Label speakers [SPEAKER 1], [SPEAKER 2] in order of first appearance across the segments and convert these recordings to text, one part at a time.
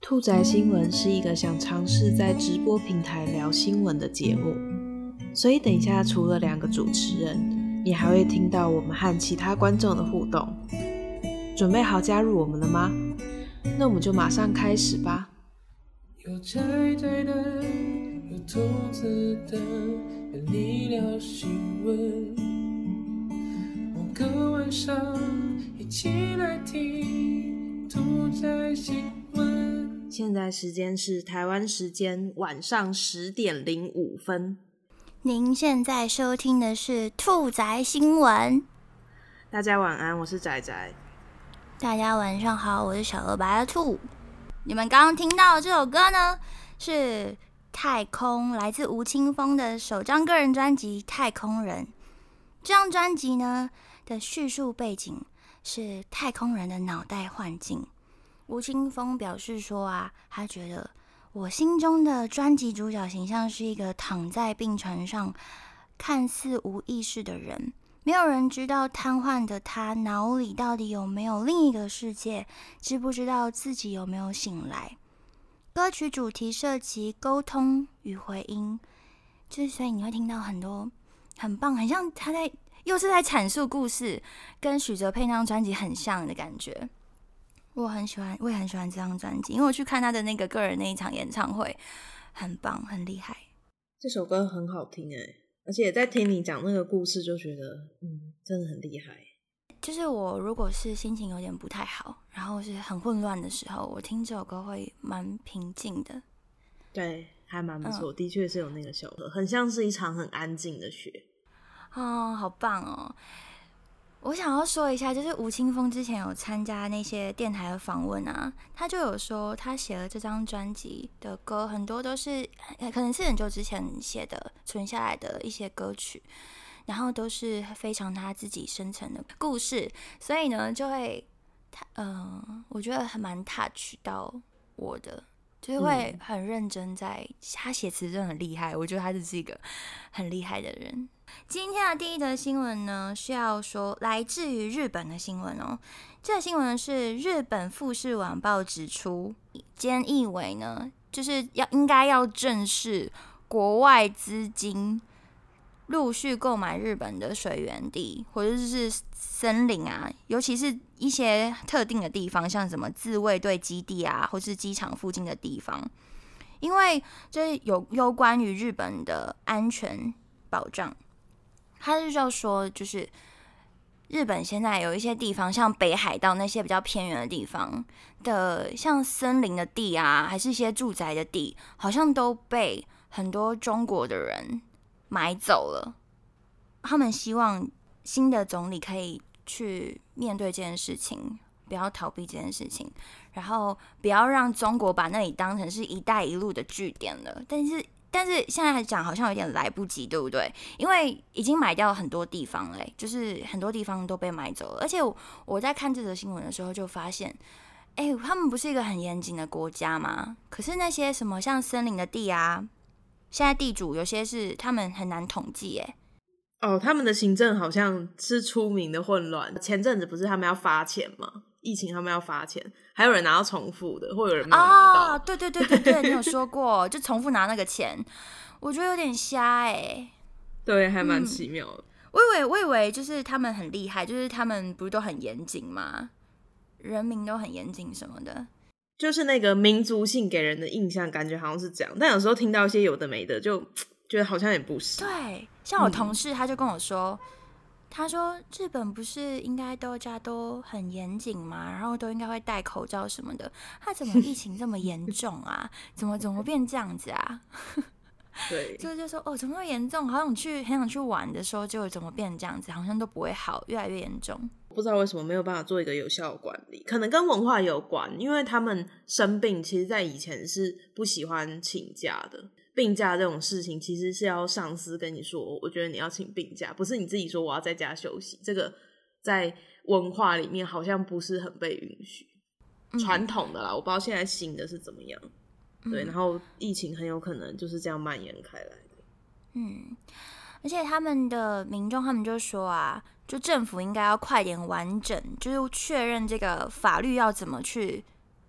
[SPEAKER 1] 兔仔新闻是一个想尝试在直播平台聊新闻的节目，所以等一下除了2个主持人，你还会听到我们和其他观众的互动。准备好加入我们了吗？那我们就马上开始吧。
[SPEAKER 2] 有宅宅的，有兔子的，和你聊新闻。某个晚上，一起来听兔仔新闻。
[SPEAKER 1] 现在时间是台湾时间晚上10点05分。
[SPEAKER 3] 您现在收听的是兔仔新闻。
[SPEAKER 1] 大家晚安，我是仔仔。
[SPEAKER 3] 大家晚上好，我是小鹅白的兔。你们刚刚听到的这首歌呢，是太空，来自吴青峰的首张个人专辑《太空人》。这张专辑呢的叙述背景是太空人的脑袋幻境。吴青峰表示说他觉得我心中的专辑主角形象是一个躺在病床上看似无意识的人，没有人知道瘫痪的他脑里到底有没有另一个世界，知不知道自己有没有醒来。歌曲主题涉及沟通与回音，所以你会听到很多很棒，很像他又是在阐述故事，跟许哲佩那张专辑很像的感觉。我也很喜欢这张专辑，因为我去看他的那个个人那一场演唱会，很棒，很厉害。
[SPEAKER 1] 这首歌很好听而且在听你讲那个故事就觉得真的很厉害。
[SPEAKER 3] 就是我如果是心情有点不太好，然后是很混乱的时候，我听这首歌会蛮平静的。
[SPEAKER 1] 对，还蛮不错，的确是有那个效果，很像是一场很安静的雪。
[SPEAKER 3] 好棒哦。我想要说一下，就是吴青峰之前有参加那些电台的访问他就有说他写了这张专辑的歌很多都是可能是很久之前写的存下来的一些歌曲，然后都是非常他自己深层的故事，所以呢就会我觉得还蛮 touch 到我的，就是会很认真在他写词真的很厉害，我觉得他就是一个很厉害的人。今天的第一则新闻呢，是要说来自于日本的新闻哦。这个新闻是日本富士晚报指出，菅义伟呢，就是应该要正视国外资金陆续购买日本的水源地或者是森林尤其是一些特定的地方，像什么自卫队基地或是机场附近的地方，因为这有关于日本的安全保障。他就要说，就是日本现在有一些地方，像北海道那些比较偏远的地方的，像森林的地还是一些住宅的地，好像都被很多中国的人买走了。他们希望新的总理可以去面对这件事情，不要逃避这件事情，然后不要让中国把那里当成是一带一路的据点了。但是现在讲好像有点来不及，对不对？因为已经买掉很多地方了，就是很多地方都被买走了。而且我在看这则新闻的时候就发现，他们不是一个很严谨的国家吗？可是那些什么像森林的地现在地主有些是他们很难统计
[SPEAKER 1] 他们的行政好像是出名的混乱。前阵子不是他们要发钱吗？疫情他们要发钱，还有人拿到重复的，或有人没有拿到。
[SPEAKER 3] 对，你有说过，就重复拿那个钱，我觉得有点瞎
[SPEAKER 1] 对，还蛮奇妙的。
[SPEAKER 3] 我以为就是他们很厉害，就是他们不是都很严谨吗？人民都很严谨什么的，
[SPEAKER 1] 就是那个民族性给人的印象，感觉好像是这样。但有时候听到一些有的没的，就觉得好像也不是。
[SPEAKER 3] 对，像我同事他就跟我说。他说日本不是应该大家都很严谨吗？然后都应该会戴口罩什么的，他怎么疫情这么严重怎么变这样子
[SPEAKER 1] 对，
[SPEAKER 3] 就说怎么会严重？很想去玩的时候，就怎么变这样子？好像都不会好，越来越严重。
[SPEAKER 1] 不知道为什么没有办法做一个有效的管理，可能跟文化有关，因为他们生病其实在以前是不喜欢请假的。病假这种事情其实是要上司跟你说，我觉得你要请病假，不是你自己说我要在家休息。这个在文化里面好像不是很被允许，传统的啦，我不知道现在新的是怎么样。对，然后疫情很有可能就是这样蔓延开来的。
[SPEAKER 3] 而且他们的民众他们就说就政府应该要快点完整，就是确认这个法律要怎么去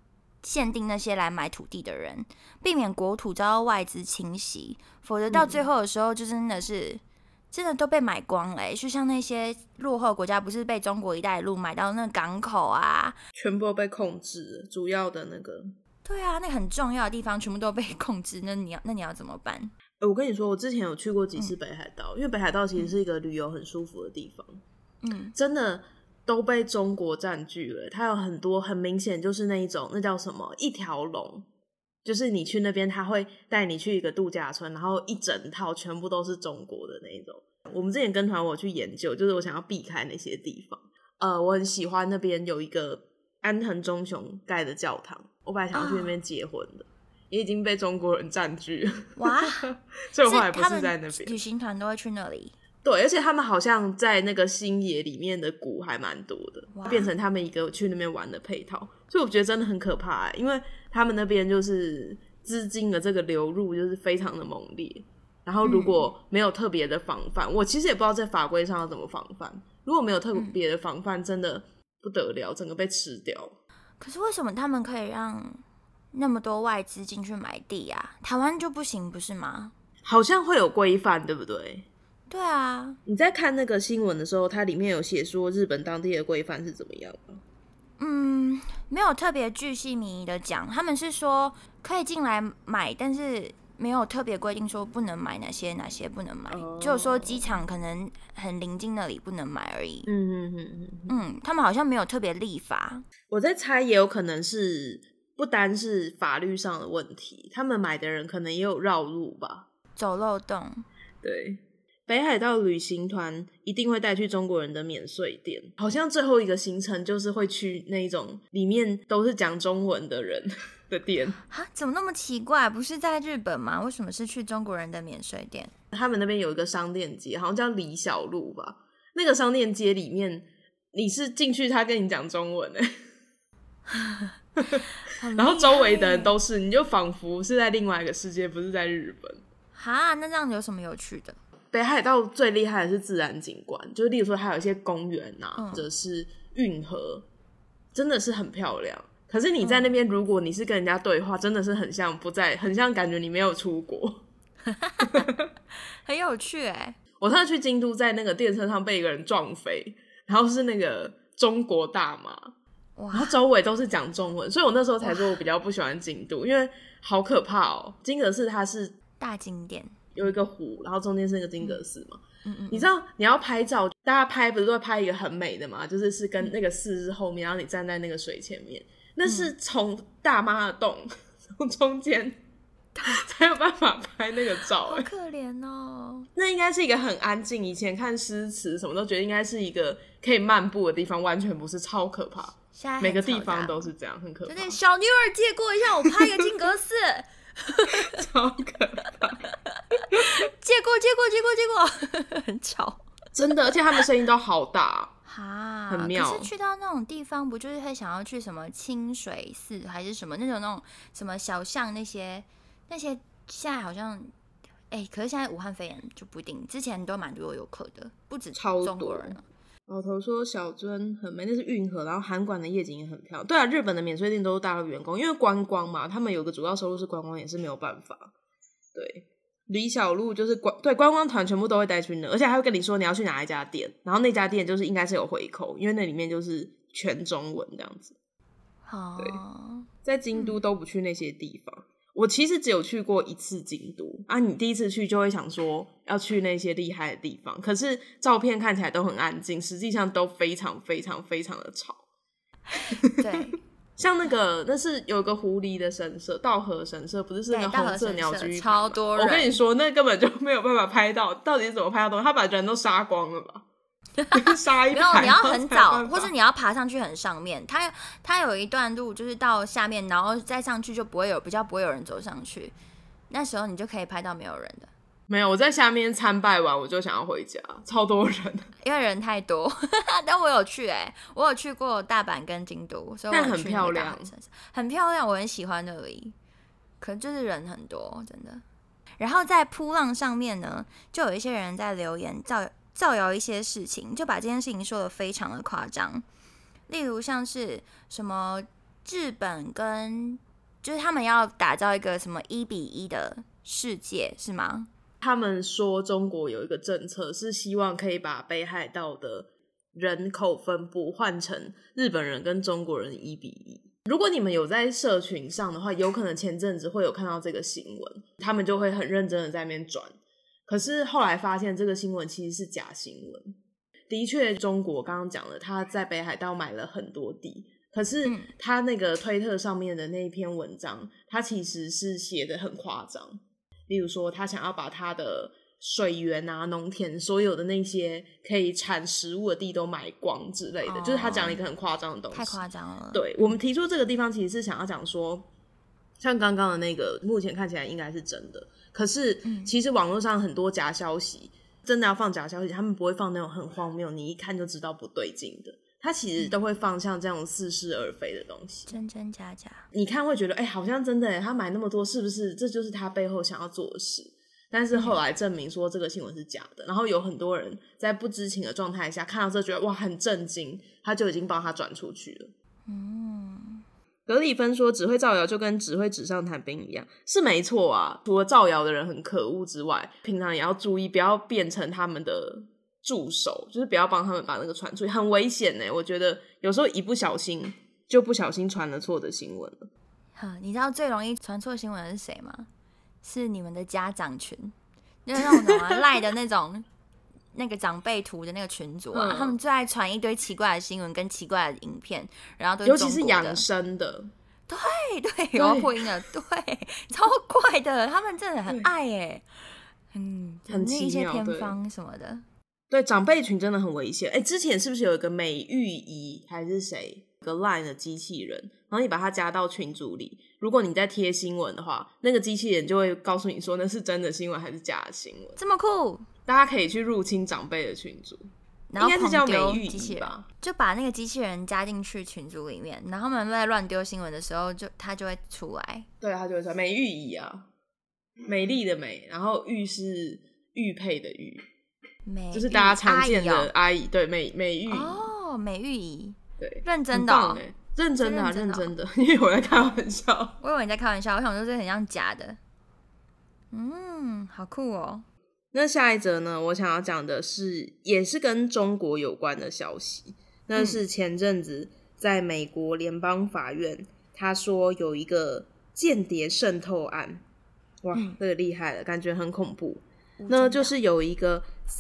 [SPEAKER 3] 限定那些来买土地的人，避免国土遭到外资侵袭，否则到最后的时候就真的都被买光了就像那些落后国家不是被中国一带一路买到那个港口啊，
[SPEAKER 1] 全部都被控制了，主要的那个。
[SPEAKER 3] 对啊，那个很重要的地方全部都被控制，那你要怎么办？
[SPEAKER 1] 我跟你说，我之前有去过几次北海道，因为北海道其实是一个旅游很舒服的地方，真的都被中国占据了。它有很多很明显就是那一种，那叫什么一条龙，就是你去那边他会带你去一个度假村，然后一整套全部都是中国的那一种。我们之前跟团我去研究，就是我想要避开那些地方。我很喜欢那边有一个安藤忠雄盖的教堂，我本来想要去那边结婚的，也已经被中国人占据了。
[SPEAKER 3] 哇！
[SPEAKER 1] 所以我后来不是在那边。
[SPEAKER 3] 旅行团都会去那里。
[SPEAKER 1] 对，而且他们好像在那个星野里面的谷还蛮多的，变成他们一个去那边玩的配套。所以我觉得真的很可怕因为他们那边就是资金的这个流入就是非常的猛烈。然后如果没有特别的防范，我其实也不知道在法规上要怎么防范。如果没有特别的防范，真的不得了，整个被吃掉。
[SPEAKER 3] 可是为什么他们可以让那么多外资进去买地啊？台湾就不行，不是吗？
[SPEAKER 1] 好像会有规范，对不对？
[SPEAKER 3] 对啊。
[SPEAKER 1] 你在看那个新闻的时候，它里面有写说日本当地的规范是怎么样吗？
[SPEAKER 3] 没有特别巨细靡遗的讲，他们是说可以进来买，但是没有特别规定说不能买哪些不能买，只有说机场可能很临近那里不能买而已。他们好像没有特别立法。
[SPEAKER 1] 我在猜也有可能是不单是法律上的问题，他们买的人可能也有绕路吧，
[SPEAKER 3] 走漏洞。
[SPEAKER 1] 对，北海道旅行团一定会带去中国人的免税店，好像最后一个行程就是会去那种里面都是讲中文的人的店。
[SPEAKER 3] 怎么那么奇怪？不是在日本吗？为什么是去中国人的免税店？
[SPEAKER 1] 他们那边有一个商店街，好像叫李小路吧，那个商店街里面你是进去他跟你讲中文然后周围的人都是，你就仿佛是在另外一个世界，不是在日本。
[SPEAKER 3] 那这样有什么有趣的？
[SPEAKER 1] 北海道最厉害的是自然景观，就例如说还有一些公园或者是运河，真的是很漂亮。可是你在那边如果你是跟人家对话，真的是很像很像感觉你没有出国
[SPEAKER 3] 很有趣
[SPEAKER 1] 我上次去京都，在那个电车上被一个人撞飞，然后是那个中国大妈，然后周围都是讲中文，所以我那时候才说我比较不喜欢京都，因为好可怕金阁寺它是
[SPEAKER 3] 大景点，
[SPEAKER 1] 有一个湖，然后中间是那个金阁寺嘛。你知道你要拍照，大家拍不是都会拍一个很美的嘛，就是跟那个寺是后面，然后你站在那个水前面，那是从大妈的洞从中间才有办法拍那个照
[SPEAKER 3] 好可怜
[SPEAKER 1] 那应该是一个很安静，以前看诗词什么都觉得应该是一个可以漫步的地方，完全不是，超可怕。每个地方都是这样，很可怕。
[SPEAKER 3] 小妞儿借过一下，我拍一个金阁寺
[SPEAKER 1] 超可怕
[SPEAKER 3] 借过很吵，
[SPEAKER 1] 真的，而且他们声音都好大很妙。
[SPEAKER 3] 可是去到那种地方，不就是会想要去什么清水寺还是什么那种什么小巷那些现在好像可是现在武汉肺炎就不一定，之前都蛮多游客的，不止中国人
[SPEAKER 1] 老头说小樽很美，那是运河，然后函馆的夜景也很漂亮。对啊，日本的免税店都是大陆员工，因为观光嘛，他们有个主要收入是观光，也是没有办法。对，李小璐就是观光团全部都会带去那，而且还会跟你说你要去哪一家店，然后那家店就是应该是有回扣，因为那里面就是全中文这样子。对，在京都都不去那些地方。我其实只有去过一次京都你第一次去就会想说要去那些厉害的地方，可是照片看起来都很安静，实际上都非常非常非常的吵
[SPEAKER 3] 对，
[SPEAKER 1] 像那是有个狐狸的神社，稻荷神社，不是那个红色鸟居，
[SPEAKER 3] 超多人。
[SPEAKER 1] 我跟你说那根本就没有办法拍到底是怎么拍到他把人都杀光了吧杀一排，
[SPEAKER 3] 没有，你要很早，或是你要爬上去很上面，它有一段路就是到下面，然后再上去就比较不会有人走上去，那时候你就可以拍到没有人的。
[SPEAKER 1] 没有，我在下面参拜完我就想要回家，超多人
[SPEAKER 3] 因为人太多但我有去我有去过大阪跟京都，所以我有去那个大阪城市，但很漂亮，很漂亮，我很喜欢那里，可能就是人很多真的。然后在噗浪上面呢，就有一些人在留言造谣一些事情，就把这件事情说得非常的夸张，例如像是什么日本跟就是他们要打造一个什么1:1的世界是吗？
[SPEAKER 1] 他们说中国有一个政策是希望可以把北海道的人口分布换成日本人跟中国人1:1。如果你们有在社群上的话，有可能前阵子会有看到这个新闻，他们就会很认真的在那边转。可是后来发现这个新闻其实是假新闻。的确，中国刚刚讲了，他在北海道买了很多地，可是他那个推特上面的那一篇文章，他其实是写得很夸张。例如说，他想要把他的水源啊、农田所有的那些可以产食物的地都买光之类的，就是他讲了一个很夸张的东西，
[SPEAKER 3] 太夸张了。
[SPEAKER 1] 对，我们提出这个地方其实是想要讲说，像刚刚的那个，目前看起来应该是真的，可是其实网络上很多假消息，真的要放假消息，他们不会放那种很荒谬，你一看就知道不对劲的。他其实都会放像这种似是而非的东西，
[SPEAKER 3] 真真假假。
[SPEAKER 1] 你看会觉得，好像真的他买那么多，是不是这就是他背后想要做的事？但是后来证明说这个新闻是假的，然后有很多人在不知情的状态下看到这，觉得哇很震惊，他就已经帮他转出去了。格里芬说，只会造谣就跟只会纸上谈兵一样，是没错啊。除了造谣的人很可恶之外，平常也要注意，不要变成他们的助手，就是不要帮他们把那个传出去，很危险欸。我觉得有时候一不小心就不小心传了错的新闻了。
[SPEAKER 3] 你知道最容易传错新闻的是谁吗？是你们的家长群，就是那种什么赖的那种那个长辈图的那个群组啊，他们最爱传一堆奇怪的新闻跟奇怪的影片，然后都是
[SPEAKER 1] 尤其是养生的。
[SPEAKER 3] 对，我要破音了，对，超怪的，他们真的很爱耶，
[SPEAKER 1] 很奇妙，
[SPEAKER 3] 一些偏方什么的。
[SPEAKER 1] 对，长辈群真的很危险。之前是不是有一个美玉姨还是谁，有个 LINE 的机器人，然后你把它加到群组里，如果你在贴新闻的话，那个机器人就会告诉你说那是真的新闻还是假的新闻。
[SPEAKER 3] 这么酷，
[SPEAKER 1] 大家可以去入侵长辈的群组，
[SPEAKER 3] 然后
[SPEAKER 1] 应该是叫美玉姨吧，
[SPEAKER 3] 就把那个机器人加进去群组里面，然后他们在乱丢新闻的时候，它就会出来。
[SPEAKER 1] 对，它就会出来。美玉姨啊，美丽的美，然后玉是玉佩的玉，就是大家常见的阿姨，对，美玉姨。
[SPEAKER 3] 哦，美玉姨，
[SPEAKER 1] 对，
[SPEAKER 3] 认真的哦，
[SPEAKER 1] 认真的啊，认真的，因为我在开玩笑。
[SPEAKER 3] 我以为你在开玩笑，我想说这很像假的。好酷哦。
[SPEAKER 1] 那下一则呢，我想要讲的是也是跟中国有关的消息，那是前阵子在美国联邦法院，他说有一个间谍渗透案。哇，这个厉害了，感觉很恐怖。那就是有一个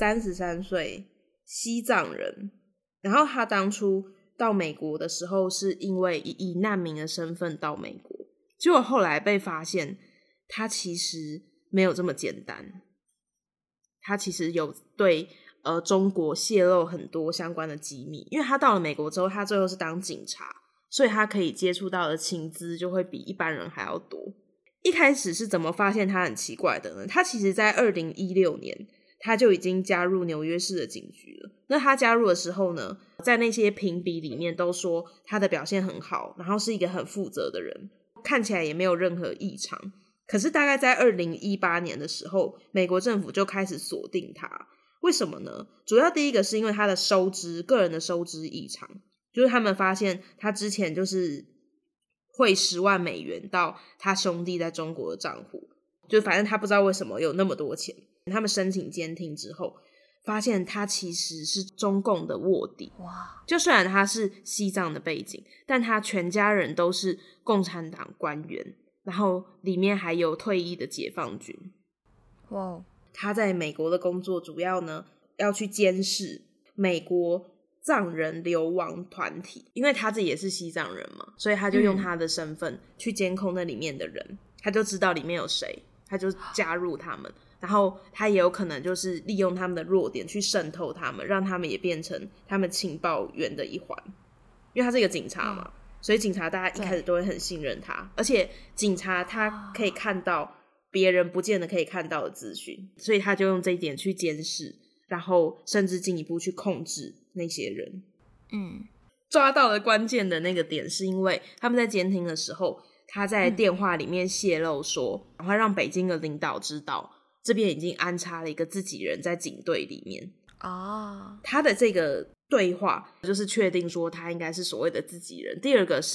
[SPEAKER 1] 33岁西藏人，然后他当初到美国的时候是因为以难民的身份到美国，结果后来被发现他其实没有这么简单，他其实有对中国泄露很多相关的机密，因为他到了美国之后，他最后是当警察，所以他可以接触到的情资就会比一般人还要多。一开始是怎么发现他很奇怪的呢？他其实在2016年他就已经加入纽约市的警局了。那他加入的时候呢，在那些评比里面都说他的表现很好，然后是一个很负责的人，看起来也没有任何异常。可是大概在2018年的时候，美国政府就开始锁定他。为什么呢？主要第一个是因为他的个人的收支异常，就是他们发现他之前就是汇10万美元到他兄弟在中国的账户，就反正他不知道为什么有那么多钱。他们申请监听之后，发现他其实是中共的卧底。哇！就虽然他是西藏的背景，但他全家人都是共产党官员，然后里面还有退役的解放军。哇！他在美国的工作主要呢要去监视美国藏人流亡团体，因为他自己也是西藏人嘛，所以他就用他的身份去监控那里面的人，他就知道里面有谁，他就加入他们，然后他也有可能就是利用他们的弱点去渗透他们，让他们也变成他们情报员的一环。因为他是一个警察嘛，所以警察大家一开始都会很信任他，而且警察他可以看到别人不见得可以看到的资讯，所以他就用这一点去监视，然后甚至进一步去控制那些人。抓到了关键的那个点是因为他们在监听的时候，他在电话里面泄露说，赶快让北京的领导知道这边已经安插了一个自己人在警队里面。他的这个对话就是确定说他应该是所谓的自己人。第二个是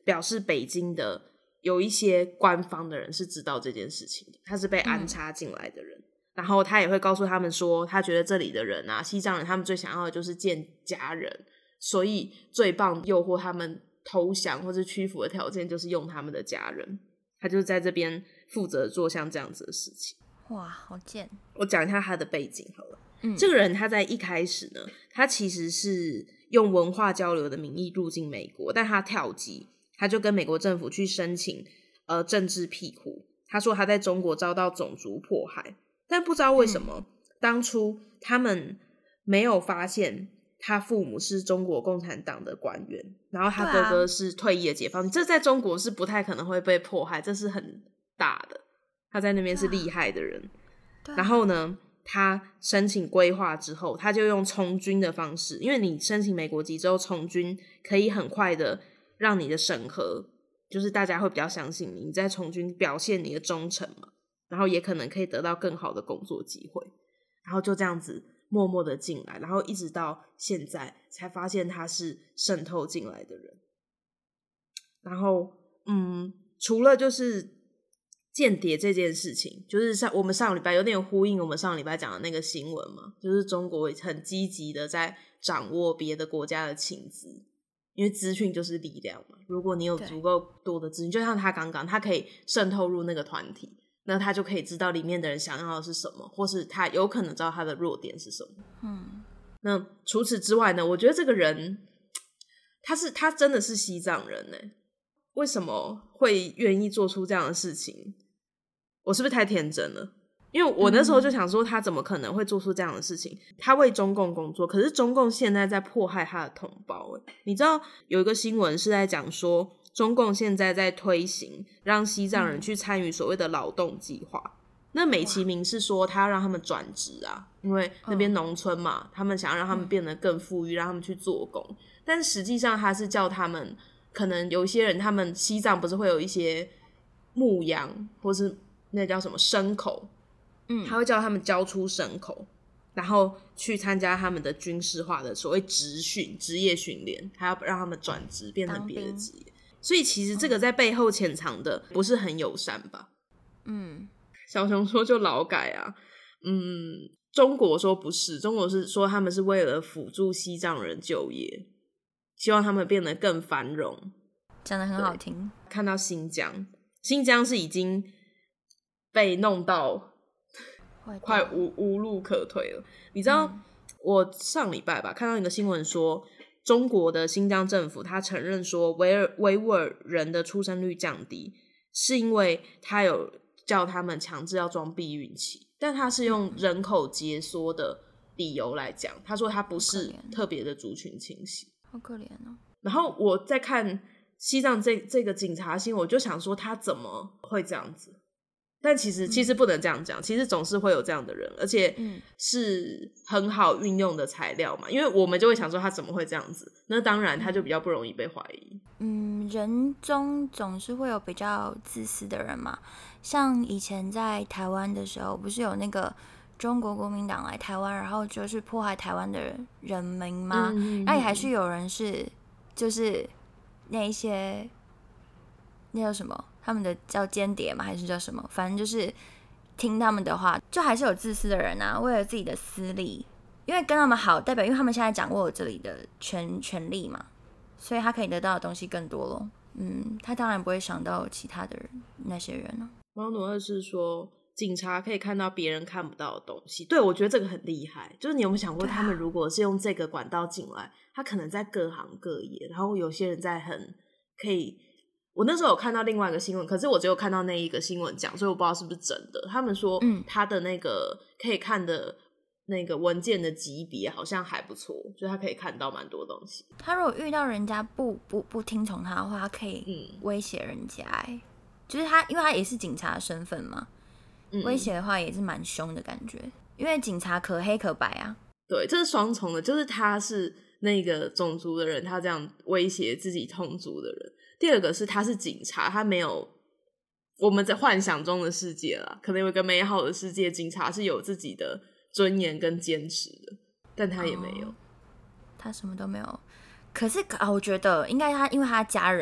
[SPEAKER 1] 表示北京的有一些官方的人是知道这件事情的，他是被安插进来的人，然后他也会告诉他们说，他觉得这里的人啊，西藏人他们最想要的就是见家人，所以最棒诱惑他们投降或是屈服的条件就是用他们的家人，他就在这边负责做像这样子的事情。
[SPEAKER 3] 哇，好贱！
[SPEAKER 1] 我讲一下他的背景好了。这个人他在一开始呢，他其实是用文化交流的名义入境美国，但他跳级，他就跟美国政府去申请政治庇护。他说他在中国遭到种族迫害，但不知道为什么当初他们没有发现他父母是中国共产党的官员，然后他哥哥是退役的解放军，这在中国是不太可能会被迫害，这是很大的，他在那边是厉害的人。然后呢，他申请归化之后，他就用从军的方式，因为你申请美国籍之后从军可以很快的让你的审核，就是大家会比较相信你在从军表现你的忠诚嘛，然后也可能可以得到更好的工作机会，然后就这样子默默的进来，然后一直到现在才发现他是渗透进来的人。然后除了就是间谍这件事情，就是我们上礼拜有点呼应我们上礼拜讲的那个新闻嘛，就是中国很积极的在掌握别的国家的情资，因为资讯就是力量嘛，如果你有足够多的资讯，就像他刚刚他可以渗透入那个团体，那他就可以知道里面的人想要的是什么，或是他有可能知道他的弱点是什么。那除此之外呢，我觉得这个人他真的是西藏人耶，为什么会愿意做出这样的事情？我是不是太天真了？因为我那时候就想说，他怎么可能会做出这样的事情？他为中共工作，可是中共现在在迫害他的同胞。你知道有一个新闻是在讲说，中共现在在推行让西藏人去参与所谓的劳动计划。那美其名是说他要让他们转职啊，因为那边农村嘛，他们想要让他们变得更富裕，让他们去做工。但实际上他是叫他们，可能有一些人，他们西藏不是会有一些牧羊或是那叫什么牲口，他会叫他们交出牲口，然后去参加他们的军事化的所谓职业训练，还要让他们转职变成别的职业。所以其实这个在背后潜藏的不是很友善吧。小熊说就劳改啊，中国说不是，中国是说他们是为了辅助西藏人就业，希望他们变得更繁荣。
[SPEAKER 3] 讲得很好听。
[SPEAKER 1] 看到新疆是已经被弄到快无路可退了。你知道我上礼拜吧看到一个新闻说，中国的新疆政府他承认说维吾尔人的出生率降低是因为他有叫他们强制要装避孕器，但他是用人口结缩的理由来讲，他说他不是特别的族群清洗。
[SPEAKER 3] 好可怜哦。
[SPEAKER 1] 然后我在看西藏这个警察新闻，我就想说他怎么会这样子，但其实不能这样讲，其实总是会有这样的人，而且是很好运用的材料嘛，因为我们就会想说他怎么会这样子，那当然他就比较不容易被怀疑。
[SPEAKER 3] 人中总是会有比较自私的人嘛，像以前在台湾的时候，不是有那个中国国民党来台湾，然后就是迫害台湾的人民吗？那也还是有人是就是那一些那叫什么，他们的叫间谍嘛，还是叫什么？反正就是听他们的话，就还是有自私的人啊，为了自己的私利，因为跟他们好，代表因为他们现在掌握了这里的权利嘛，所以他可以得到的东西更多咯。他当然不会想到其他的人，那些人啊。
[SPEAKER 1] 猫奴二是说，警察可以看到别人看不到的东西。对，我觉得这个很厉害。就是你有没有想过，他们如果是用这个管道进来，他可能在各行各业，然后有些人在很可以。我那时候有看到另外一个新闻，可是我只有看到那一个新闻讲，所以我不知道是不是真的。他们说他的那个可以看的那个文件的级别好像还不错，所以他可以看到蛮多东西。
[SPEAKER 3] 他如果遇到人家不听从他的话，他可以威胁人家就是他，因为他也是警察的身份嘛，威胁的话也是蛮凶的感觉，因为警察可黑可白啊。
[SPEAKER 1] 对，这是双重的，就是他是那个种族的人，他这样威胁自己同族的人。第二个是他是警察，他没有我们在幻想中的世界啦，可能有一个美好的世界，警察是有自己的尊严跟坚持的，但他也没有，
[SPEAKER 3] 他什么都没有。可是我觉得应该因为他家人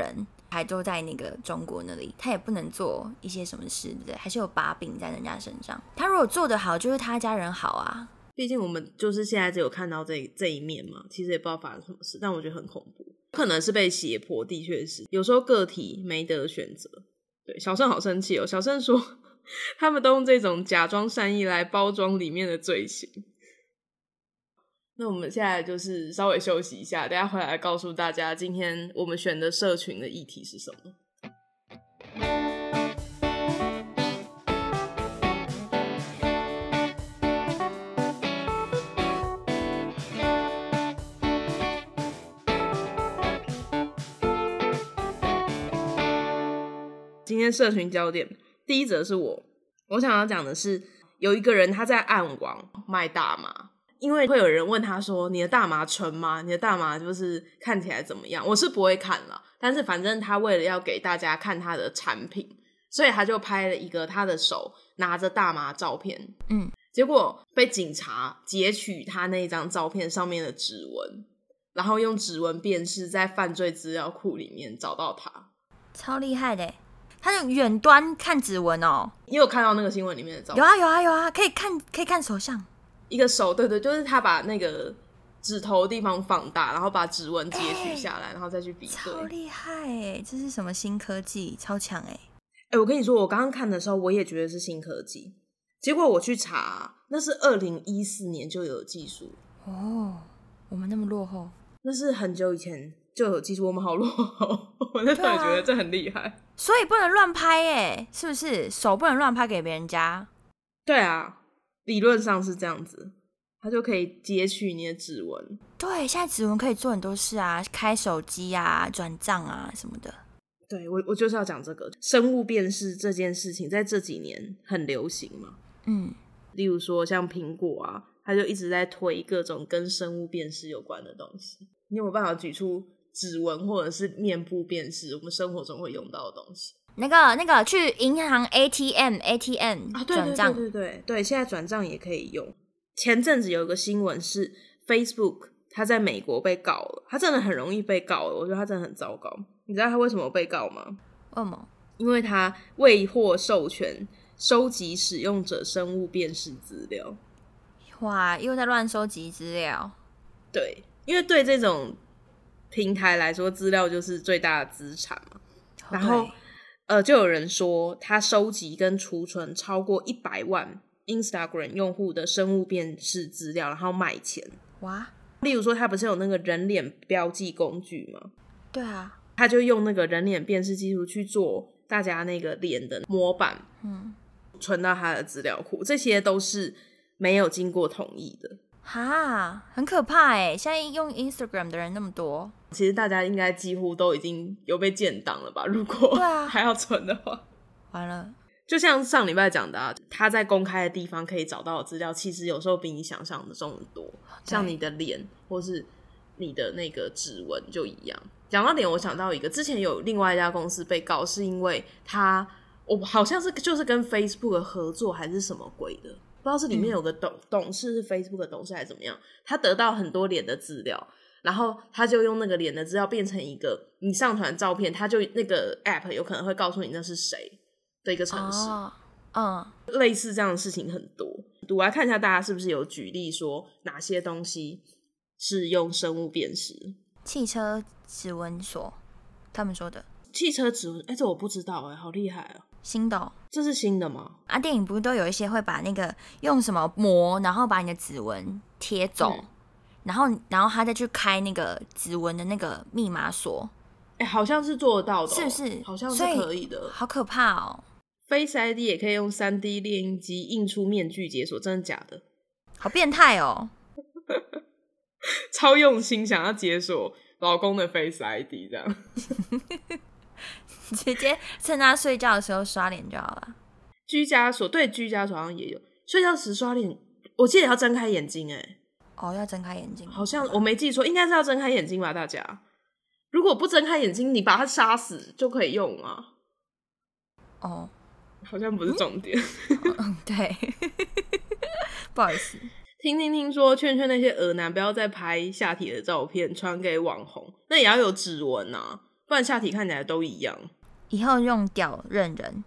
[SPEAKER 3] 还都在那个中国那里，他也不能做一些什么事，对不对？还是有把柄在人家身上。他如果做得好，就是他家人好啊。
[SPEAKER 1] 毕竟我们就是现在只有看到这一面嘛，其实也不知道发生什么事，但我觉得很恐怖。可能是被胁迫，的确是，有时候个体没得选择。对，小盛好生气哦，小盛说他们都用这种假装善意来包装里面的罪行。那我们现在就是稍微休息一下，等一下回来告诉大家今天我们选的社群的议题是什么。今天社群焦点第一则是我想要讲的是，有一个人他在暗网卖大麻，因为会有人问他说你的大麻纯吗？你的大麻就是看起来怎么样？我是不会看啦，但是反正他为了要给大家看他的产品，所以他就拍了一个他的手拿着大麻照片，结果被警察截取他那张照片上面的指纹，然后用指纹辨识在犯罪资料库里面找到他，
[SPEAKER 3] 超厉害的。他就远端看指纹哦。
[SPEAKER 1] 你有看到那个新闻里面的照片？
[SPEAKER 3] 有啊，可以看手相。
[SPEAKER 1] 一个手，对，就是他把那个指头的地方放大，然后把指纹截取下来，然后再去比对。
[SPEAKER 3] 超厉害耶，这是什么新科技？超强耶。
[SPEAKER 1] 我跟你说，我刚刚看的时候我也觉得是新科技，结果我去查，那是2014年就有技术
[SPEAKER 3] 哦。我们那么落后？
[SPEAKER 1] 那是很久以前就有技术，我们好落后。我那时候也觉得这很厉害。
[SPEAKER 3] 所以不能乱拍耶，是不是？手不能乱拍给别人家。
[SPEAKER 1] 对啊，理论上是这样子，他就可以截取你的指纹。
[SPEAKER 3] 对，现在指纹可以做很多事啊，开手机啊、转账啊什么的。
[SPEAKER 1] 对，我就是要讲这个生物辨识这件事情，在这几年很流行嘛。例如说像苹果啊，他就一直在推各种跟生物辨识有关的东西。你有没有办法举出指纹或者是面部辨识我们生活中会用到的东西？那
[SPEAKER 3] 个去银行 ATM
[SPEAKER 1] 啊，
[SPEAKER 3] 转账，
[SPEAKER 1] 对，现在转账也可以用。前阵子有一个新闻是 Facebook 他在美国被告了，他真的很容易被告了，我觉得他真的很糟糕。你知道他为什么被告吗？
[SPEAKER 3] 为什么？
[SPEAKER 1] 因为他未获授权收集使用者生物辨识资料。
[SPEAKER 3] 哇，又在乱收集资料。
[SPEAKER 1] 对，因为对这种平台来说，资料就是最大的资产嘛。然后就有人说他收集跟储存超过100万 Instagram 用户的生物辨识资料，然后卖钱。
[SPEAKER 3] 哇！
[SPEAKER 1] 例如说他不是有那个人脸标记工具吗？
[SPEAKER 3] 对啊，
[SPEAKER 1] 他就用那个人脸辨识技术去做大家那个脸的模板，存到他的资料库，这些都是没有经过同意的。
[SPEAKER 3] 哈，很可怕耶，现在用 Instagram 的人那么多，
[SPEAKER 1] 其实大家应该几乎都已经有被建档了吧，如果还要存的话。
[SPEAKER 3] 完了。
[SPEAKER 1] 就像上礼拜讲的他在公开的地方可以找到的资料，其实有时候比你想象的重很多，像你的脸或是你的那个指纹就一样。讲到脸，我想到一个，之前有另外一家公司被告，是因为我好像是就是跟 Facebook 合作还是什么鬼的，不知道是里面有个董事是 Facebook 的董事还是怎么样，他得到很多脸的资料，然后他就用那个脸的资料变成一个你上传照片，他就那个 App 有可能会告诉你那是谁的一个程式。类似这样的事情很多。我来看一下大家是不是有举例说哪些东西是用生物辨识。
[SPEAKER 3] 汽车指纹锁他们说的。
[SPEAKER 1] 汽车指纹这我不知道好厉害哦。
[SPEAKER 3] 新的
[SPEAKER 1] 这是新的吗？
[SPEAKER 3] 电影不是都有一些会把那个用什么膜，然后把你的指纹贴走，然后他再去开那个指纹的那个密码锁。
[SPEAKER 1] 好像是做得到的，
[SPEAKER 3] 是不是？
[SPEAKER 1] 好像是可以的。
[SPEAKER 3] 好可怕哦。
[SPEAKER 1] Face ID 也可以用 3D 列印机印出面具解锁，真的假的？
[SPEAKER 3] 好变态哦。
[SPEAKER 1] 超用心想要解锁老公的 Face ID 这样。
[SPEAKER 3] 直接趁他睡觉的时候刷脸就好了。
[SPEAKER 1] 居家锁，对，居家锁好像也有睡觉时刷脸，我记得要睁开眼睛
[SPEAKER 3] 要睁开眼睛，
[SPEAKER 1] 好像我没记错，应该是要睁开眼睛吧。大家如果不睁开眼睛，你把他杀死就可以用啊。好像不是重点。
[SPEAKER 3] 对。不好意思。
[SPEAKER 1] 听说劝那些恶男不要再拍下体的照片传给网红，那也要有指纹啊， 不然下体看起来都一样。
[SPEAKER 3] 以后用屌认人，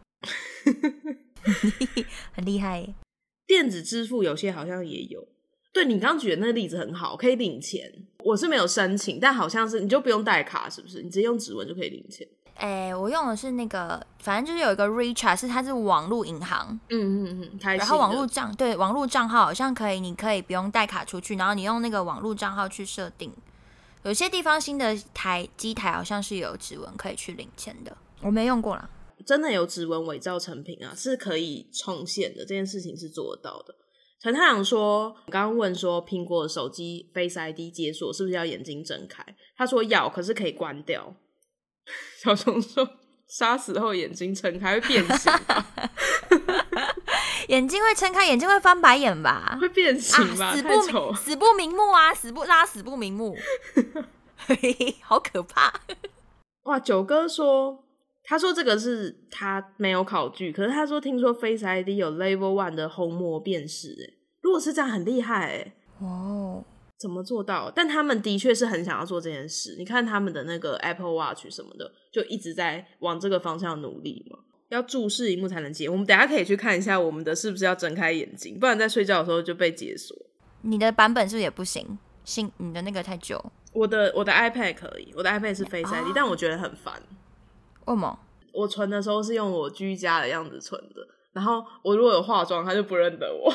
[SPEAKER 3] 很厉害耶。
[SPEAKER 1] 电子支付有些好像也有。对，你刚举的那个例子很好，可以领钱。我是没有申请，但好像是你就不用带卡，是不是？你直接用指纹就可以领钱。
[SPEAKER 3] 我用的是那个，反正就是有一个 WeChat， 它是网络银行，
[SPEAKER 1] 然
[SPEAKER 3] 后网络账号好像你可以不用带卡出去，然后你用那个网络账号去设定。有些地方新的机台好像是有指纹可以去领钱的，我没用过啦。
[SPEAKER 1] 真的有指纹伪造成品啊，是可以重现的，这件事情是做得到的。陈太阳说，刚刚问说苹果的手机 Face ID 解锁是不是要眼睛睁开？他说要，可是可以关掉。小熊说，杀死后眼睛撑开会变形吧？
[SPEAKER 3] 眼睛会撑开，眼睛会翻白眼吧？
[SPEAKER 1] 会变形吧？
[SPEAKER 3] 死不瞑目啊！死不瞑目，好可怕！
[SPEAKER 1] 哇，九哥说，他说这个是他没有考据，可是他说听说 Face ID 有 Level 1的虹膜辨识，如果是这样很厉害
[SPEAKER 3] 哦。
[SPEAKER 1] 怎么做到？但他们的确是很想要做这件事。你看他们的那个 Apple Watch 什么的，就一直在往这个方向努力嘛。要注视萤幕才能解。我们等一下可以去看一下我们的是不是要睁开眼睛，不然在睡觉的时候就被解锁。
[SPEAKER 3] 你的版本是不是也不行？你的那个太久。
[SPEAKER 1] 我的 iPad 可以，我的 iPad 是 Face ID，但我觉得很烦。
[SPEAKER 3] 为什么？
[SPEAKER 1] 我存的时候是用我居家的样子存的，然后我如果有化妆，他就不认得我。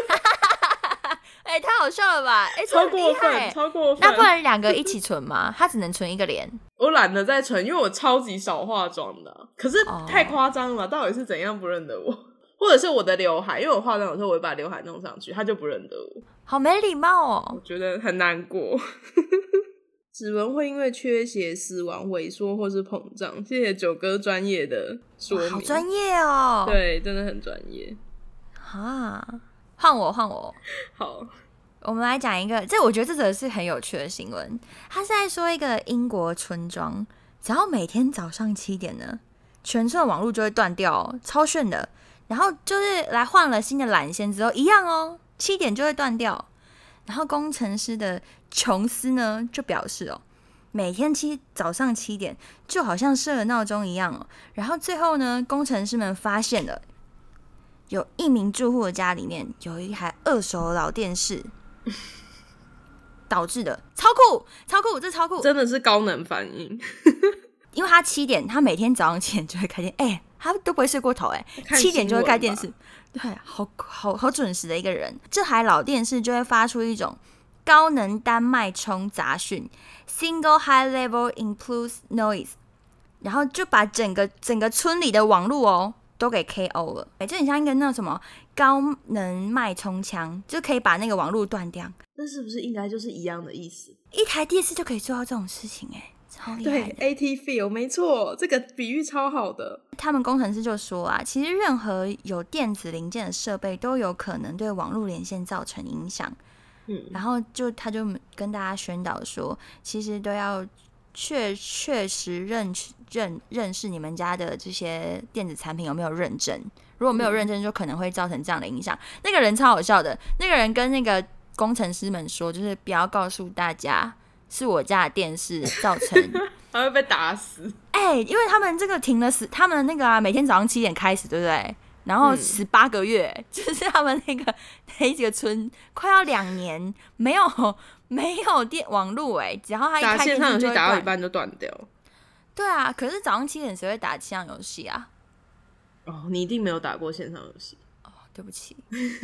[SPEAKER 3] 太好笑了吧！
[SPEAKER 1] 超过分，超过分。
[SPEAKER 3] 那不然两个一起存吗？他只能存一个脸。
[SPEAKER 1] 我懒得再存，因为我超级少化妆的。可是太夸张了，到底是怎样不认得我？或者是我的刘海，因为我化妆的时候我会把刘海弄上去，他就不认得我。
[SPEAKER 3] 好没礼貌哦！
[SPEAKER 1] 我觉得很难过。指纹会因为缺血死亡、萎缩或是膨胀。谢谢九哥专业的说明，
[SPEAKER 3] 好专业哦。
[SPEAKER 1] 对，真的很专业。
[SPEAKER 3] 换我。
[SPEAKER 1] 好，
[SPEAKER 3] 我们来讲一个，我觉得这则是很有趣的新闻。他是在说一个英国村庄，只要每天早上7点呢，全村的网络就会断掉哦，超炫的。然后就是来换了新的缆线之后，一样哦，7点就会断掉。然后工程师的琼斯呢，就表示哦，每天早上7点就好像设了闹钟一样哦。然后最后呢，工程师们发现了，有一名住户的家里面有一台2手的老电视导致的，超酷，这超酷，
[SPEAKER 1] 真的是高能反应。
[SPEAKER 3] 因为他7点，他每天早上7点就会开电，他都不会睡过头，7点就会开电视，对，好准时的一个人。这台老电视就会发出一种高能单脉冲杂讯 ，single high level impulse noise， 然后就把整个村里的网络都给 KO 了。这很像一个那什么高能脉冲枪，就可以把那个网络断掉。
[SPEAKER 1] 那是不是应该就是一样的意思？
[SPEAKER 3] 一台电视就可以做到这种事情超厉害的。
[SPEAKER 1] 对 ，AT feel 没错，这个比喻超好的。
[SPEAKER 3] 他们工程师就说其实任何有电子零件的设备都有可能对网络连线造成影响。然后他就跟大家宣导说，其实都要确实认识你们家的这些电子产品有没有认证。如果没有认证，就可能会造成这样的影响。那个人超好笑的，那个人跟那个工程师们说，就是不要告诉大家是我家的电视造成，
[SPEAKER 1] 他会被打死。
[SPEAKER 3] 因为他们这个停了他们那个每天早上7点开始，对不对？然后18个月，就是他们那个村快要2年没有网路只要他一开电视就会断，
[SPEAKER 1] 打线上游戏打到一半就断掉。
[SPEAKER 3] 对啊，可是早上7点谁会打线上游戏啊？
[SPEAKER 1] 你一定没有打过线上游戏。
[SPEAKER 3] 对不起。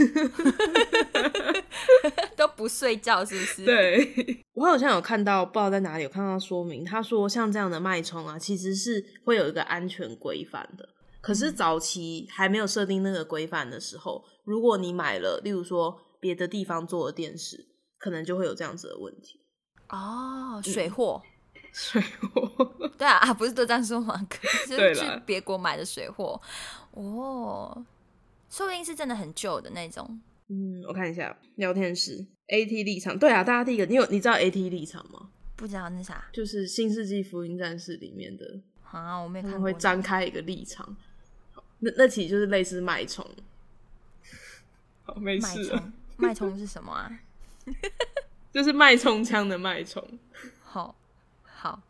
[SPEAKER 3] 都不睡觉是不是？
[SPEAKER 1] 对，我好像有看到，不知道在哪里有看到说明，他说像这样的脉冲其实是会有一个安全规范的。可是早期还没有设定那个规范的时候，如果你买了例如说别的地方做的电视，可能就会有这样子的问题。
[SPEAKER 3] 水货。
[SPEAKER 1] 对
[SPEAKER 3] 啊，不是都这样说吗？就是去别国买的水货说不定是真的很旧的那种。
[SPEAKER 1] 我看一下聊天室 AT 立场。对啊，大家第一个你知道 AT 立场吗？
[SPEAKER 3] 不知道那啥，
[SPEAKER 1] 就是新世纪福音战士里面的
[SPEAKER 3] 我没看过。
[SPEAKER 1] 会张开一个立场，那其实就是类似脉冲。好，没事了。
[SPEAKER 3] 脉冲是什么
[SPEAKER 1] 就是脉冲枪的脉冲。
[SPEAKER 3] 好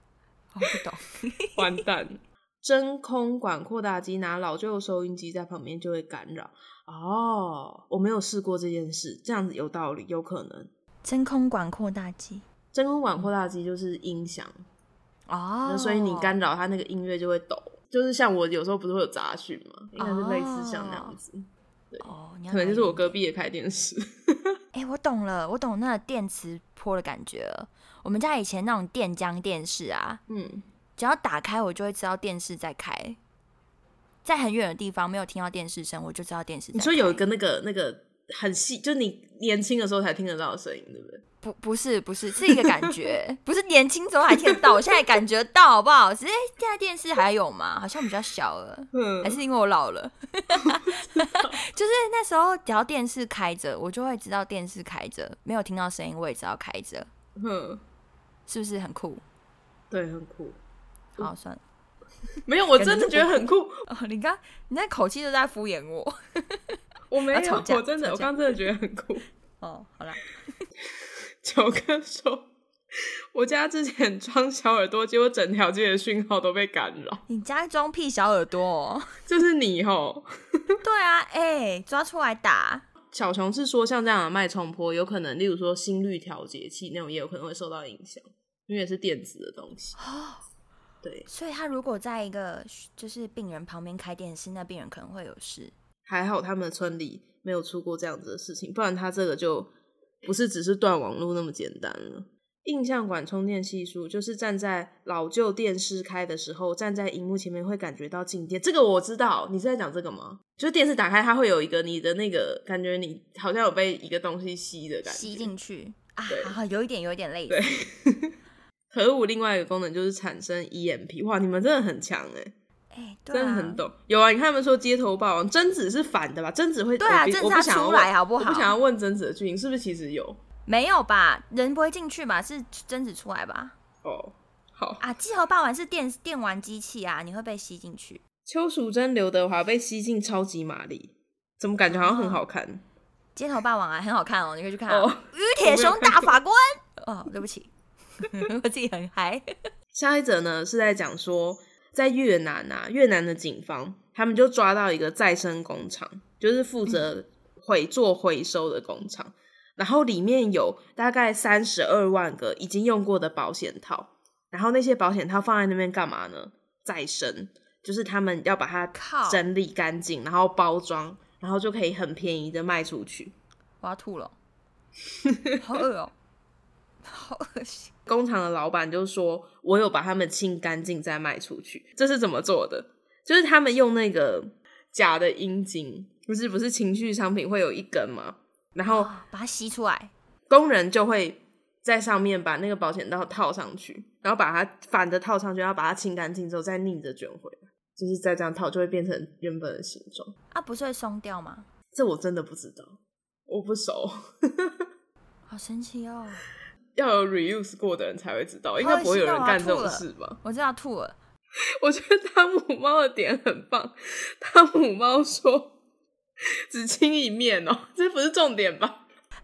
[SPEAKER 3] 我不懂。
[SPEAKER 1] 完蛋。真空管扩大机拿老旧收音机在旁边就会干扰。哦，我没有试过这件事，这样子有道理，有可能。
[SPEAKER 3] 真空管扩大机，
[SPEAKER 1] 真空管扩大机就是音响
[SPEAKER 3] 哦，
[SPEAKER 1] 所以你干扰它那个音乐就会抖，就是像我有时候不是会有杂讯嘛，应该是类似像那样子。对，可能就是我隔壁也开电视。
[SPEAKER 3] 我懂了，我懂那个电磁波的感觉了。我们家以前那种电浆电视啊，只要打开我就会知道电视在开，在很远的地方没有听到电视声，我就知道电视在开。
[SPEAKER 1] 你说有一个那个很细，就你年轻的时候才听得到的声音，对不对？
[SPEAKER 3] 不是，是一个感觉，不是年轻时候还听得到，我现在感觉到，好不好？只是现在电视还有吗？好像比较小了，还是因为我老了？就是那时候只要电视开着，我就会知道电视开着，没有听到声音我也知道开着，是不是很酷？
[SPEAKER 1] 对，很酷。
[SPEAKER 3] 好，算了，
[SPEAKER 1] 没有，我真的觉得很酷。
[SPEAKER 3] 你那口气就在敷衍我。
[SPEAKER 1] 我没有，我刚真的觉得很酷。
[SPEAKER 3] 好啦。
[SPEAKER 1] 九哥说，我家之前装小耳朵，结果整条街的讯号都被干扰。
[SPEAKER 3] 你家装屁小耳朵哦？
[SPEAKER 1] 这是你吼？
[SPEAKER 3] 对啊，抓出来打。
[SPEAKER 1] 小熊是说，像这样的脉冲波，有可能，例如说心率调节器那种，也有可能会受到影响，因为是电子的东西。对，
[SPEAKER 3] 所以他如果在一个就是病人旁边开电视，那病人可能会有事。
[SPEAKER 1] 还好他们村里没有出过这样子的事情，不然他这个就不是只是断网路那么简单了。印象管充电系数就是站在老旧电视开的时候，站在荧幕前面会感觉到静电，这个我知道。你是在讲这个吗？就是电视打开它会有一个你的那个感觉，你好像有被一个东西吸的感觉，
[SPEAKER 3] 吸进去啊，有一点类似。
[SPEAKER 1] 对。核武另外一个功能就是产生 EMP， 哇，你们真的很强
[SPEAKER 3] 对啊，
[SPEAKER 1] 真的很懂。有啊，你看他们说街头霸王，贞子是反的吧？贞子会
[SPEAKER 3] 对啊，贞子他出来好不好？
[SPEAKER 1] 我不想要问贞子的剧情，是不是其实有？
[SPEAKER 3] 没有吧？人不会进去吧？是贞子出来吧？
[SPEAKER 1] 好
[SPEAKER 3] 啊，街头霸王是电玩机器啊，你会被吸进去。
[SPEAKER 1] 邱淑贞、刘德华被吸进超级玛丽，怎么感觉好像很好看？
[SPEAKER 3] 街头霸王啊，很好看哦，你可以去看于铁雄大法官。对不起，我自己很嗨。
[SPEAKER 1] 下一则呢是在讲说，在越南的警方他们就抓到一个再生工厂，就是负责做回收的工厂，然后里面有大概32万个已经用过的保险套，然后那些保险套放在那边干嘛呢？再生，就是他们要把它整理干净，然后包装，然后就可以很便宜的卖出去。
[SPEAKER 3] 我要吐了，好恶哦，好恶心。
[SPEAKER 1] 工厂的老板就说，我有把他们清干净再卖出去。这是怎么做的？就是他们用那个假的阴茎，不是情趣商品会有一根吗？然后
[SPEAKER 3] 把它吸出来，
[SPEAKER 1] 工人就会在上面把那个保险套套上去，然后把它反着套上去，然后把它清干净之后再逆着卷回来，就是再这样套就会变成原本的形状
[SPEAKER 3] 啊。不是会松掉吗？
[SPEAKER 1] 这我真的不知道，我不熟。
[SPEAKER 3] 好神奇哦，
[SPEAKER 1] 要有 reuse 过的人才会知道，应该不会有人干这种事吧？
[SPEAKER 3] 我知道吐了。
[SPEAKER 1] 我觉得汤姆猫的点很棒，汤姆猫说只清一面哦，这不是重点吧？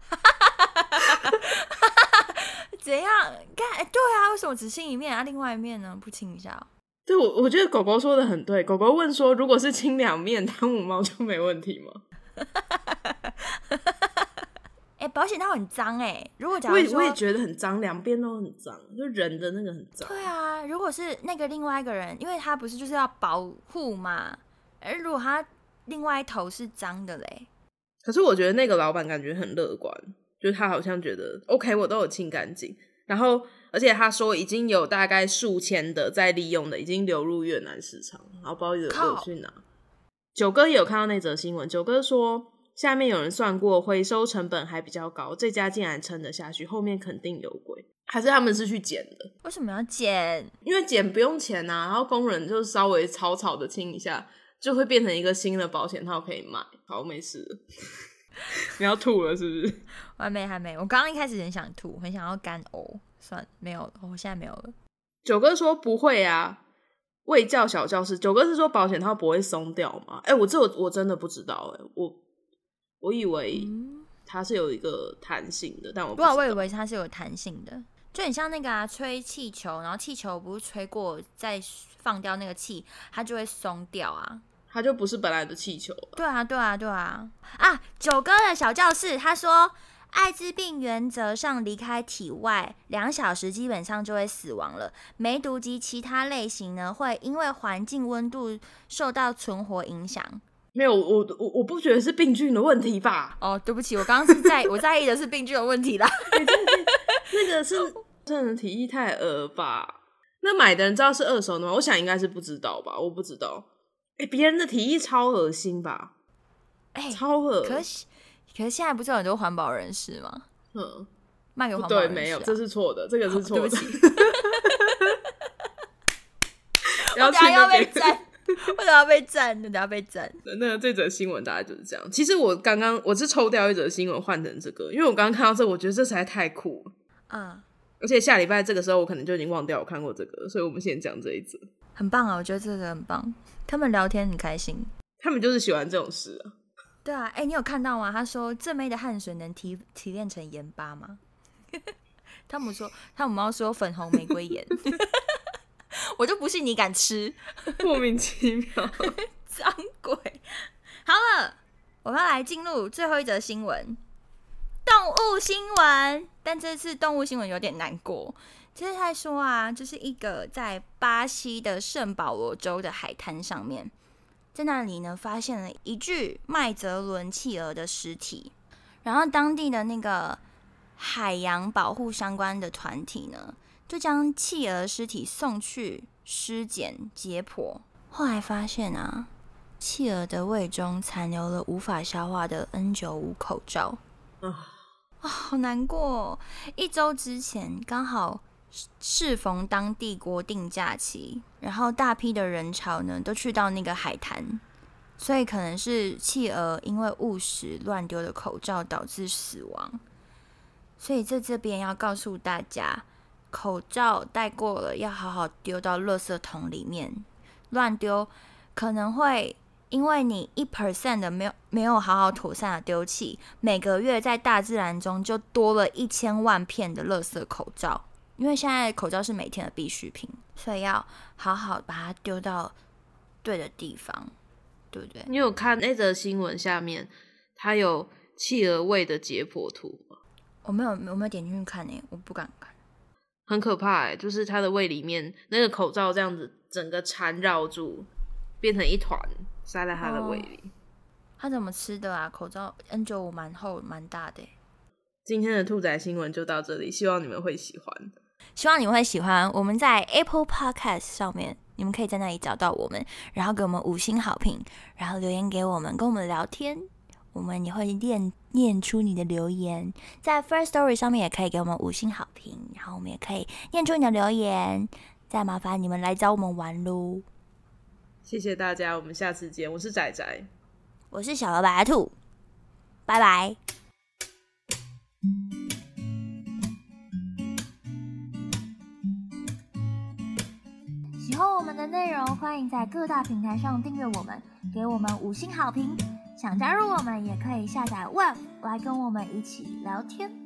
[SPEAKER 3] 怎样？对啊，为什么只清一面啊？另外一面呢？不清一下？
[SPEAKER 1] 对，我觉得狗狗说的很对。狗狗问说，如果是清两面，汤姆猫就没问题吗？
[SPEAKER 3] 保险套很脏如果假如说
[SPEAKER 1] 我也觉得很脏，两边都很脏，就人的那个很脏。
[SPEAKER 3] 对啊，如果是那个另外一个人，因为他不是就是要保护嘛，而如果他另外一头是脏的嘞，
[SPEAKER 1] 可是我觉得那个老板感觉很乐观，就是他好像觉得 OK， 我都有清干净，然后而且他说已经有大概数千的在利用的已经流入越南市场，然后不知道有去哪。九哥也有看到那则新闻，九哥说下面有人算过回收成本还比较高，这家竟然撑得下去，后面肯定有鬼。还是他们是去捡的？
[SPEAKER 3] 为什么要捡？
[SPEAKER 1] 因为捡不用钱啊，然后工人就稍微草草的清一下，就会变成一个新的保险套可以卖。好，没事了。你要吐了是不是？
[SPEAKER 3] 还没，我刚刚一开始很想吐，很想要干呕，算了，没有，我现在没有了。
[SPEAKER 1] 九哥说不会啊，卫教小教室。九哥是说保险套不会松掉吗？我真的不知道我以为它是有一个弹性的，但我不知道。
[SPEAKER 3] 我以为它是有弹性的， 就很像那个吹气球，然后气球不是吹过再放掉那个气，它就会松掉啊。
[SPEAKER 1] 它就不是本来的气球了。
[SPEAKER 3] 对啊！九哥的小教室，他说，艾滋病原则上离开体外2小时基本上就会死亡了。梅毒及其他类型呢，会因为环境温度受到存活影响。
[SPEAKER 1] 没有，我不觉得是病菌的问题吧？
[SPEAKER 3] 哦，对不起，我刚刚我在意的是病菌的问题啦。
[SPEAKER 1] 那个是真的体液太恶吧？那买的人知道是二手的吗？我想应该是不知道吧，我不知道。别人的体液超恶心吧？超恶。
[SPEAKER 3] 可是现在不是有很多环保人士吗？卖给环保人士、啊。
[SPEAKER 1] 对，没有，这是错的，这个是错的。
[SPEAKER 3] 对不起。
[SPEAKER 1] 我
[SPEAKER 3] 等下要被赞，我等下被赞。
[SPEAKER 1] 那个这则新闻大概就是这样。其实我是抽掉一则新闻换成这个，因为我刚刚看到这个，我觉得这实在太酷了。而且下礼拜这个时候我可能就已经忘掉我看过这个，所以我们先讲这一则。
[SPEAKER 3] 很棒啊，我觉得这个很棒。他们聊天很开心，
[SPEAKER 1] 他们就是喜欢这种事啊。
[SPEAKER 3] 对啊，你有看到吗？他说正妹的汗水能提炼成盐巴吗？汤姆猫说粉红玫瑰盐。我就不信你敢吃。
[SPEAKER 1] 莫名其妙。
[SPEAKER 3] 脏鬼。好了，我们要来进入最后一则新闻，动物新闻。但这次动物新闻有点难过。就是他说啊，就是一个在巴西的圣保罗州的海滩上面，在那里呢发现了一具麦哲伦企鹅的尸体，然后当地的那个海洋保护相关的团体呢，就将企鹅尸体送去尸检解剖，后来发现啊，企鹅的胃中残留了无法消化的 N95 口罩。好难过哦。1周之前刚好适逢当地国定假期，然后大批的人潮呢都去到那个海滩，所以可能是企鹅因为误食乱丢的口罩导致死亡。所以在这边要告诉大家，口罩戴过了要好好丢到垃圾桶里面，乱丢可能会因为你1% 的没有好好妥善的丢弃，每个月在大自然中就多了1000万片的垃圾口罩。因为现在口罩是每天的必需品，所以要好好把它丢到对的地方，对不对？
[SPEAKER 1] 你有看那则新闻下面它有企鹅胃的解剖图吗？
[SPEAKER 3] 我没有点进去看我不敢看。
[SPEAKER 1] 很可怕就是它的胃里面那个口罩这样子整个缠绕住，变成一团塞在它的胃里。
[SPEAKER 3] 它怎么吃的啊？口罩 N95 蛮厚蛮大的。
[SPEAKER 1] 今天的兔仔新闻就到这里，希望你们会喜欢。
[SPEAKER 3] 希望你们会喜欢。我们在 Apple Podcast 上面，你们可以在那里找到我们，然后给我们5星好评，然后留言给我们，跟我们聊天，我们也会念出你的留言。在 First Story 上面也可以给我们5星好评，然后我们也可以念出你的留言，再麻烦你们来找我们玩咯。
[SPEAKER 1] 谢谢大家，我们下次见。我是仔仔，
[SPEAKER 3] 我是小老白兔，拜拜。喜欢我们的内容，欢迎在各大平台上订阅我们，给我们5星好评。想加入我们，也可以下载 Web 来跟我们一起聊天。